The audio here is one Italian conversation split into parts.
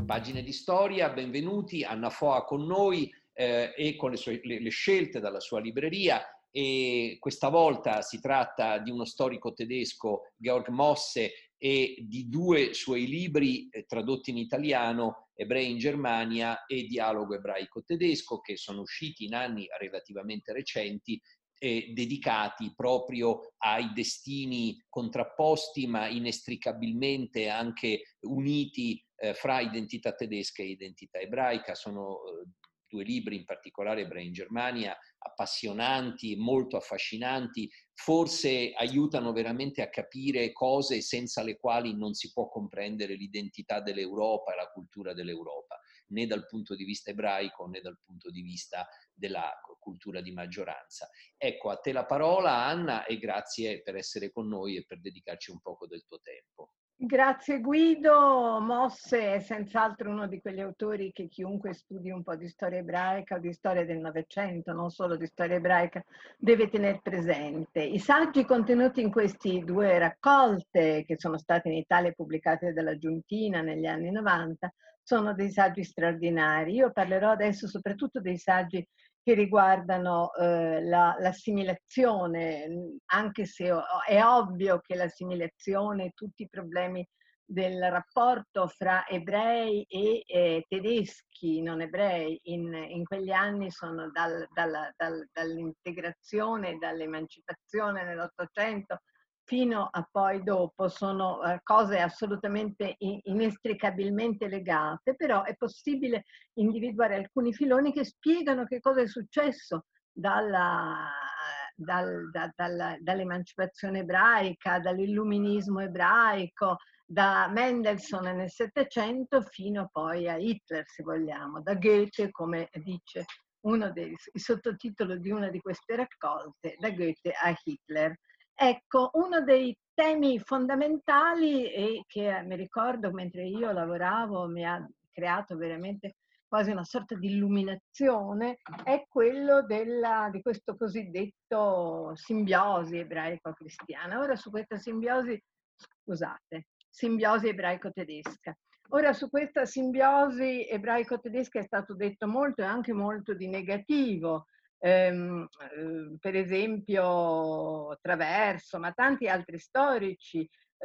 Pagine di storia, benvenuti, Anna Foa con noi e con le scelte dalla sua libreria. E questa volta si tratta di uno storico tedesco, Georg Mosse, e di due suoi libri tradotti in italiano, Ebrei in Germania e Dialogo ebraico-tedesco, che sono usciti in anni relativamente recenti, dedicati proprio ai destini contrapposti ma inestricabilmente anche uniti fra identità tedesca e identità ebraica. Sono due libri, in particolare Ebrei in Germania, appassionanti, molto affascinanti, forse aiutano veramente a capire cose senza le quali non si può comprendere l'identità dell'Europa e la cultura dell'Europa, né dal punto di vista ebraico né dal punto di vista della cultura di maggioranza. Ecco, a te la parola, Anna, e grazie per essere con noi e per dedicarci un poco del tuo tempo. Grazie Guido. Mosse è senz'altro uno di quegli autori che chiunque studi un po' di storia ebraica o di storia del Novecento, non solo di storia ebraica, deve tenere presente. I saggi contenuti in questi due raccolte, che sono state in Italia pubblicate dalla Giuntina negli anni 90, sono dei saggi straordinari. Io parlerò adesso soprattutto dei saggi che riguardano l'assimilazione, anche se è ovvio che l'assimilazione, tutti i problemi del rapporto fra ebrei e tedeschi non ebrei in quegli anni sono dall'integrazione, dall'emancipazione nell'Ottocento fino a poi dopo, sono cose assolutamente inestricabilmente legate, però è possibile individuare alcuni filoni che spiegano che cosa è successo dall'emancipazione ebraica, dall'illuminismo ebraico, da Mendelssohn nel Settecento fino poi a Hitler, se vogliamo, da Goethe, come dice il sottotitolo di una di queste raccolte, da Goethe a Hitler. Ecco, uno dei temi fondamentali e che mi ricordo mentre io lavoravo mi ha creato veramente quasi una sorta di illuminazione, è quello di questo cosiddetto simbiosi ebraico-cristiana. Ora su questa simbiosi, scusate, simbiosi ebraico-tedesca. Ora su questa simbiosi ebraico-tedesca è stato detto molto e anche molto di negativo. Per esempio Traverso, ma tanti altri storici,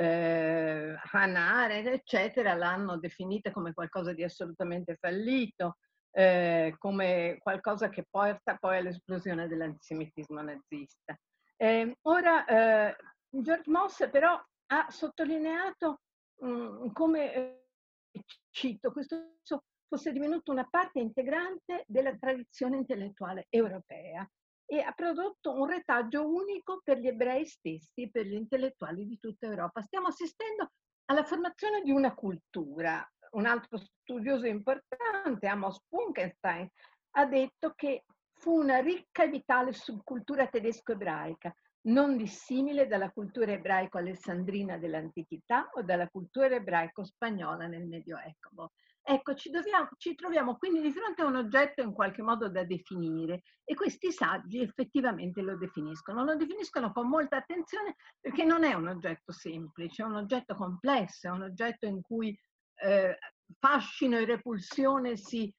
Hannah Arendt, eccetera, l'hanno definita come qualcosa di assolutamente fallito, come qualcosa che porta poi all'esplosione dell'antisemitismo nazista. Ora, George Mosse però ha sottolineato come, cito, questo fosse divenuto una parte integrante della tradizione intellettuale europea e ha prodotto un retaggio unico per gli ebrei stessi e per gli intellettuali di tutta Europa. Stiamo assistendo alla formazione di una cultura. Un altro studioso importante, Amos Punkenstein, ha detto che fu una ricca e vitale subcultura tedesco-ebraica, non dissimile dalla cultura ebraico-alessandrina dell'antichità o dalla cultura ebraico-spagnola nel Medioevo. Ecco, ci troviamo quindi di fronte a un oggetto in qualche modo da definire e questi saggi effettivamente lo definiscono con molta attenzione perché non è un oggetto semplice, è un oggetto complesso, è un oggetto in cui fascino e repulsione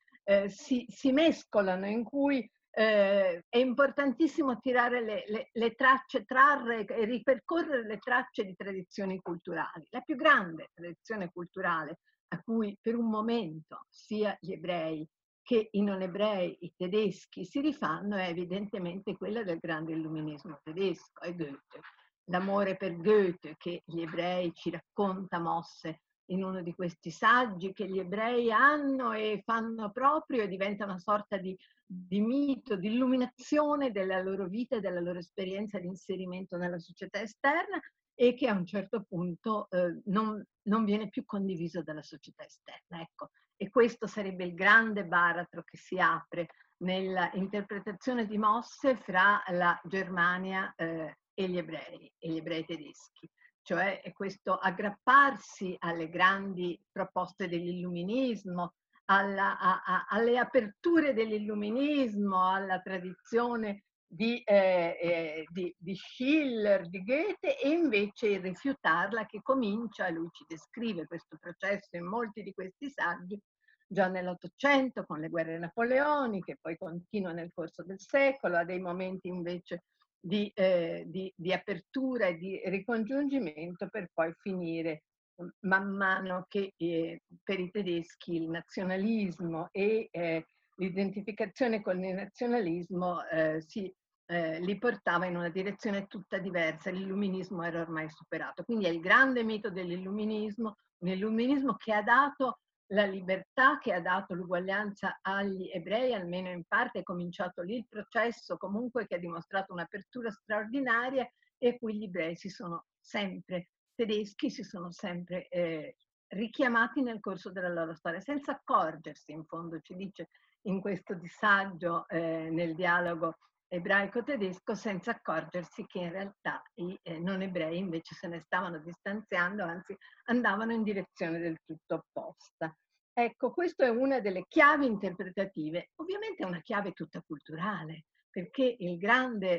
si mescolano, in cui è importantissimo tirare le tracce, trarre e ripercorrere le tracce di tradizioni culturali. La più grande tradizione culturale a cui per un momento sia gli ebrei che i non ebrei, i tedeschi, si rifanno è evidentemente quella del grande illuminismo tedesco, è Goethe. L'amore per Goethe che gli ebrei ci racconta Mosse in uno di questi saggi che gli ebrei hanno e fanno proprio e diventa una sorta di mito, di illuminazione della loro vita e della loro esperienza di inserimento nella società esterna e che a un certo punto non viene più condiviso dalla società esterna. Ecco. E questo sarebbe il grande baratro che si apre nella interpretazione di Mosse fra la Germania e gli ebrei tedeschi. Cioè è questo aggrapparsi alle grandi proposte dell'illuminismo, alle aperture dell'illuminismo, alla tradizione di Schiller, di Goethe, e invece rifiutarla che comincia, lui ci descrive questo processo in molti di questi saggi, già nell'Ottocento con le guerre napoleoniche, poi continua nel corso del secolo, ha dei momenti invece di apertura e di ricongiungimento per poi finire man mano che per i tedeschi il nazionalismo e l'identificazione con il nazionalismo li portava in una direzione tutta diversa, l'illuminismo era ormai superato. Quindi è il grande mito dell'illuminismo, un illuminismo che ha dato la libertà, che ha dato l'uguaglianza agli ebrei, almeno in parte è cominciato lì il processo comunque che ha dimostrato un'apertura straordinaria e a cui gli ebrei si sono sempre, tedeschi si sono sempre richiamati nel corso della loro storia, senza accorgersi, in fondo ci dice in questo disagio nel dialogo ebraico-tedesco, senza accorgersi che in realtà i non ebrei invece se ne stavano distanziando, anzi andavano in direzione del tutto opposta. Ecco, questa è una delle chiavi interpretative, ovviamente è una chiave tutta culturale, perché il grande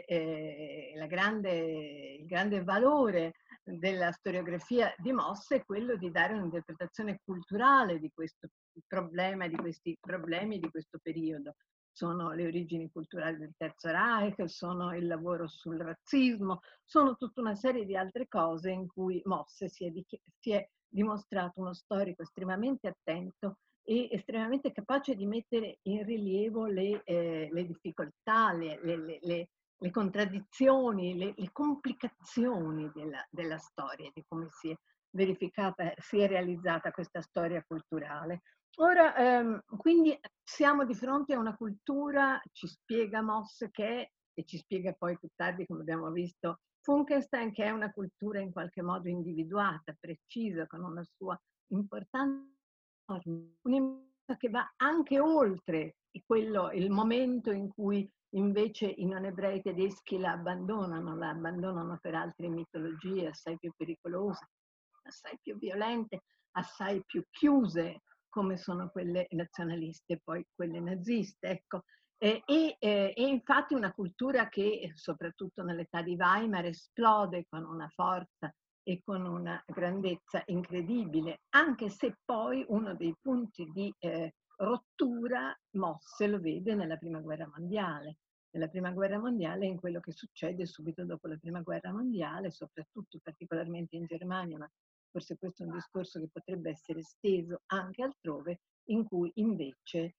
valore della storiografia di Mosse è quello di dare un'interpretazione culturale di questo problema, di questi problemi di questo periodo. Sono le origini culturali del Terzo Reich, sono il lavoro sul razzismo, sono tutta una serie di altre cose in cui Mosse si è dimostrato uno storico estremamente attento e estremamente capace di mettere in rilievo le difficoltà, le contraddizioni, le complicazioni della storia, di come si è verificata, si è realizzata questa storia culturale. Ora, quindi siamo di fronte a una cultura, ci spiega Mosse, che è, e ci spiega poi più tardi, come abbiamo visto, Funkenstein, che è una cultura in qualche modo individuata, precisa, con una sua importanza, un'importanza che va anche oltre il momento in cui invece i non ebrei tedeschi la abbandonano per altre mitologie assai più pericolose, assai più violente, assai più chiuse, come sono quelle nazionaliste e poi quelle naziste. Ecco. E infatti una cultura che soprattutto nell'età di Weimar esplode con una forza e con una grandezza incredibile, anche se poi uno dei punti di rottura Mosse lo vede nella Prima Guerra Mondiale. Nella Prima Guerra Mondiale, in quello che succede subito dopo la Prima Guerra Mondiale, soprattutto particolarmente in Germania, ma forse questo è un discorso che potrebbe essere esteso anche altrove, in cui invece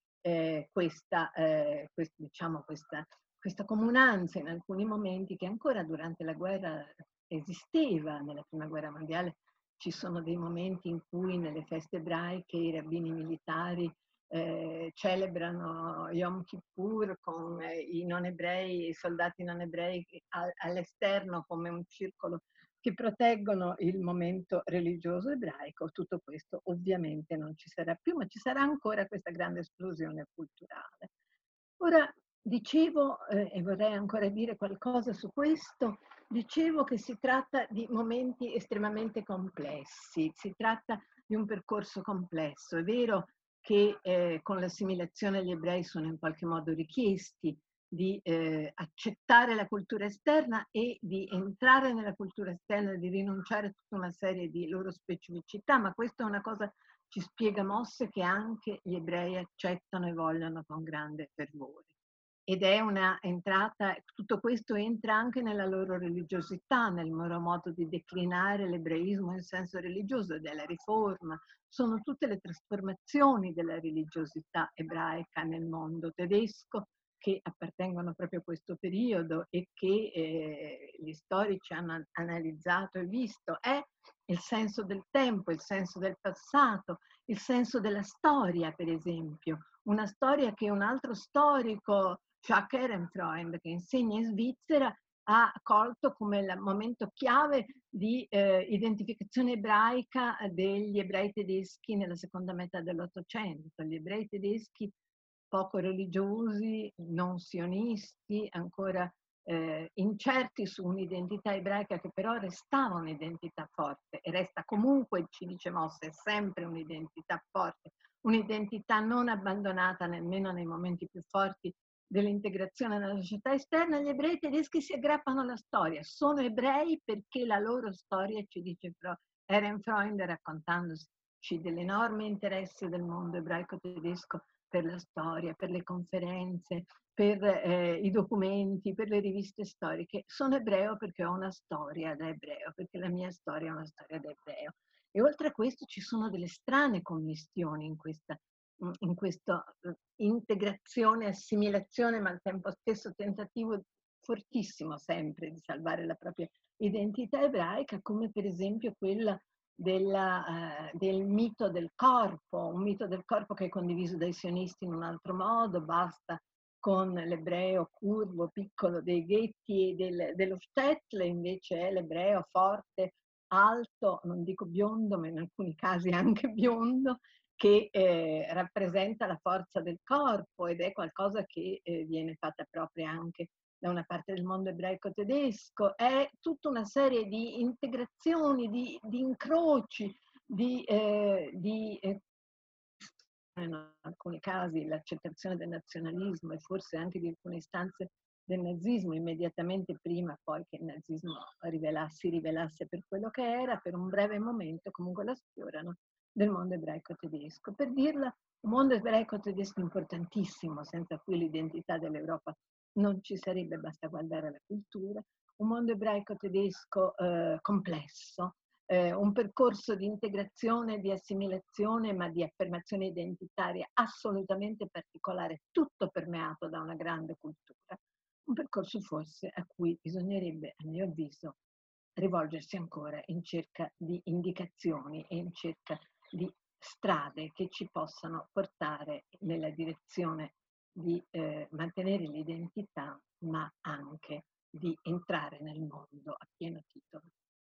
diciamo, questa comunanza in alcuni momenti che ancora durante la guerra esisteva, nella Prima Guerra Mondiale ci sono dei momenti in cui nelle feste ebraiche i rabbini militari celebrano Yom Kippur con i non ebrei, i soldati non ebrei all'esterno come un circolo che proteggono il momento religioso ebraico. Tutto questo ovviamente non ci sarà più, ma ci sarà ancora questa grande esplosione culturale. Ora, dicevo, e vorrei ancora dire qualcosa su questo, dicevo che si tratta di momenti estremamente complessi, si tratta di un percorso complesso. È vero che con l'assimilazione gli ebrei sono in qualche modo richiesti di accettare la cultura esterna e di entrare nella cultura esterna, di rinunciare a tutta una serie di loro specificità, ma questa è una cosa, ci spiega Mosse, che anche gli ebrei accettano e vogliono con grande fervore. Ed è una entrata, tutto questo entra anche nella loro religiosità, nel loro modo di declinare l'ebraismo in senso religioso, della riforma. Sono tutte le trasformazioni della religiosità ebraica nel mondo tedesco che appartengono proprio a questo periodo e che gli storici hanno analizzato e visto. È il senso del tempo, il senso del passato, il senso della storia, per esempio. Una storia che un altro storico, Jacques Ehrenfreund, che insegna in Svizzera, ha colto come il momento chiave di identificazione ebraica degli ebrei tedeschi nella seconda metà dell'Ottocento. Gli ebrei tedeschi poco religiosi, non sionisti, ancora incerti su un'identità ebraica che però restava un'identità forte e resta comunque, ci dice Mosse, sempre un'identità forte, un'identità non abbandonata nemmeno nei momenti più forti dell'integrazione nella società esterna. Gli ebrei tedeschi si aggrappano alla storia, sono ebrei perché la loro storia, ci dice Ehrenfreund raccontandosi luci, dell'enorme interesse del mondo ebraico tedesco per la storia, per le conferenze, per i documenti, per le riviste storiche. Sono ebreo perché ho una storia da ebreo, perché la mia storia è una storia da ebreo. E oltre a questo ci sono delle strane commistioni in questa integrazione, assimilazione, ma al tempo stesso tentativo fortissimo sempre di salvare la propria identità ebraica, come per esempio quella del mito del corpo, un mito del corpo che è condiviso dai sionisti in un altro modo, basta con l'ebreo curvo, piccolo dei ghetti e dello shtetl, invece è l'ebreo forte, alto, non dico biondo, ma in alcuni casi anche biondo, che rappresenta la forza del corpo ed è qualcosa che viene fatta propria anche da una parte del mondo ebraico tedesco. È tutta una serie di integrazioni, di incroci, in alcuni casi l'accettazione del nazionalismo e forse anche di alcune istanze del nazismo immediatamente prima poi che il nazismo si rivelasse per quello che era, per un breve momento comunque la sfiorano del mondo ebraico tedesco. Per dirla, un mondo ebraico tedesco importantissimo, senza cui l'identità dell'Europa non ci sarebbe, basta guardare la cultura, un mondo ebraico tedesco complesso, un percorso di integrazione, di assimilazione, ma di affermazione identitaria assolutamente particolare, tutto permeato da una grande cultura. Un percorso forse a cui bisognerebbe, a mio avviso, rivolgersi ancora in cerca di indicazioni e in cerca di strade che ci possano portare nella direzione di mantenere l'identità, ma anche di entrare nel mondo a pieno titolo.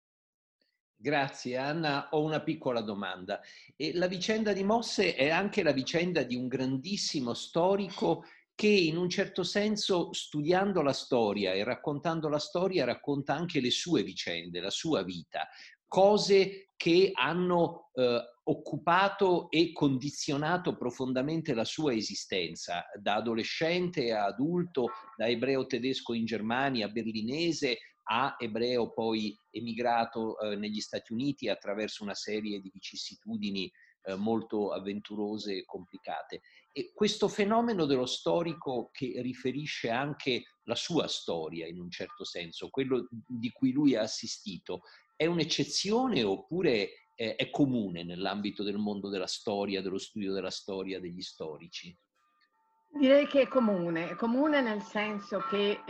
Grazie Anna, ho una piccola domanda. E la vicenda di Mosse è anche la vicenda di un grandissimo storico che in un certo senso, studiando la storia e raccontando la storia, racconta anche le sue vicende, la sua vita, cose che hanno occupato e condizionato profondamente la sua esistenza, da adolescente a adulto, da ebreo tedesco in Germania, berlinese, a ebreo poi emigrato negli Stati Uniti attraverso una serie di vicissitudini molto avventurose e complicate. E questo fenomeno dello storico che riferisce anche la sua storia in un certo senso, quello di cui lui ha assistito, è un'eccezione oppure è comune nell'ambito del mondo della storia, dello studio della storia degli storici? Direi che è comune nel senso che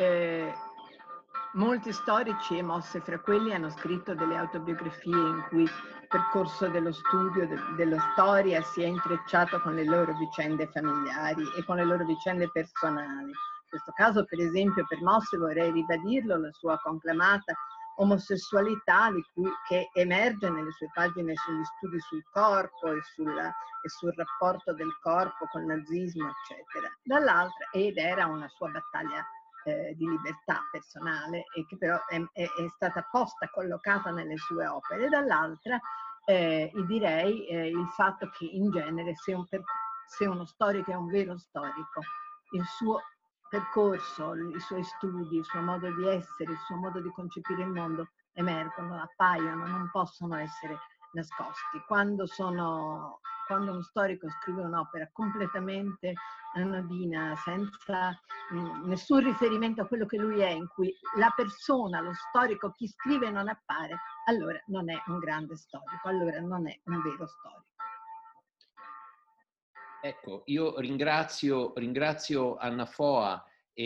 molti storici e Mosse fra quelli hanno scritto delle autobiografie in cui il percorso dello studio della storia si è intrecciato con le loro vicende familiari e con le loro vicende personali. In questo caso, per esempio, per Mosse vorrei ribadirlo, la sua conclamata omosessualità che emerge nelle sue pagine sugli studi sul corpo e sul rapporto del corpo col nazismo, eccetera. Dall'altra, ed era una sua battaglia di libertà personale e che però è stata posta, collocata nelle sue opere. Dall'altra direi il fatto che in genere se uno storico è un vero storico, il suo percorso, i suoi studi, il suo modo di essere, il suo modo di concepire il mondo emergono, appaiono, non possono essere nascosti. Quando uno storico scrive un'opera completamente anodina, senza nessun riferimento a quello che lui è, in cui la persona, lo storico, chi scrive non appare, allora non è un grande storico, allora non è un vero storico. Ecco, io ringrazio Anna Foa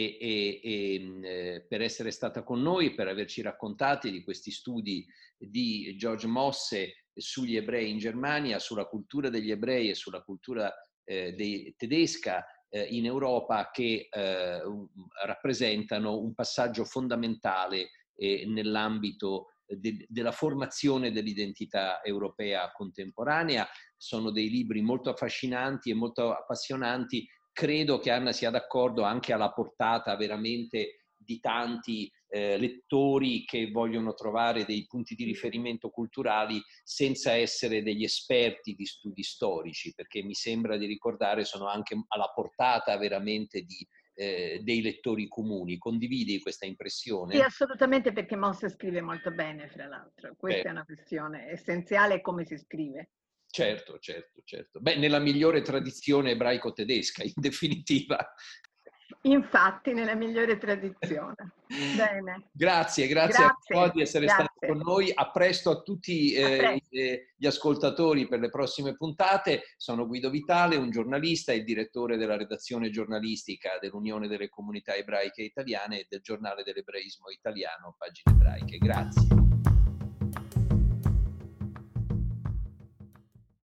per essere stata con noi, per averci raccontati di questi studi di George Mosse sugli ebrei in Germania, sulla cultura degli ebrei e sulla cultura tedesca in Europa, che rappresentano un passaggio fondamentale nell'ambito della formazione dell'identità europea contemporanea. Sono dei libri molto affascinanti e molto appassionanti. Credo che Anna sia d'accordo anche alla portata veramente di tanti lettori che vogliono trovare dei punti di riferimento culturali senza essere degli esperti di studi storici, perché mi sembra di ricordare sono anche alla portata veramente dei lettori comuni. Condividi questa Sì, impressione? assolutamente, perché Mosse scrive molto bene, fra l'altro. Questa è una questione essenziale, come si scrive. Certo, certo, certo. Beh, nella migliore tradizione ebraico-tedesca, in definitiva. Infatti, nella migliore tradizione. Bene. Grazie, grazie a Grazie, di essere stato con grazie. noi. A presto a tutti A presto. gli ascoltatori per le prossime puntate. Sono Guido Vitale, un giornalista e direttore della redazione giornalistica dell'Unione delle Comunità Ebraiche Italiane e del giornale dell'Ebraismo Italiano, Pagine Ebraiche. Grazie.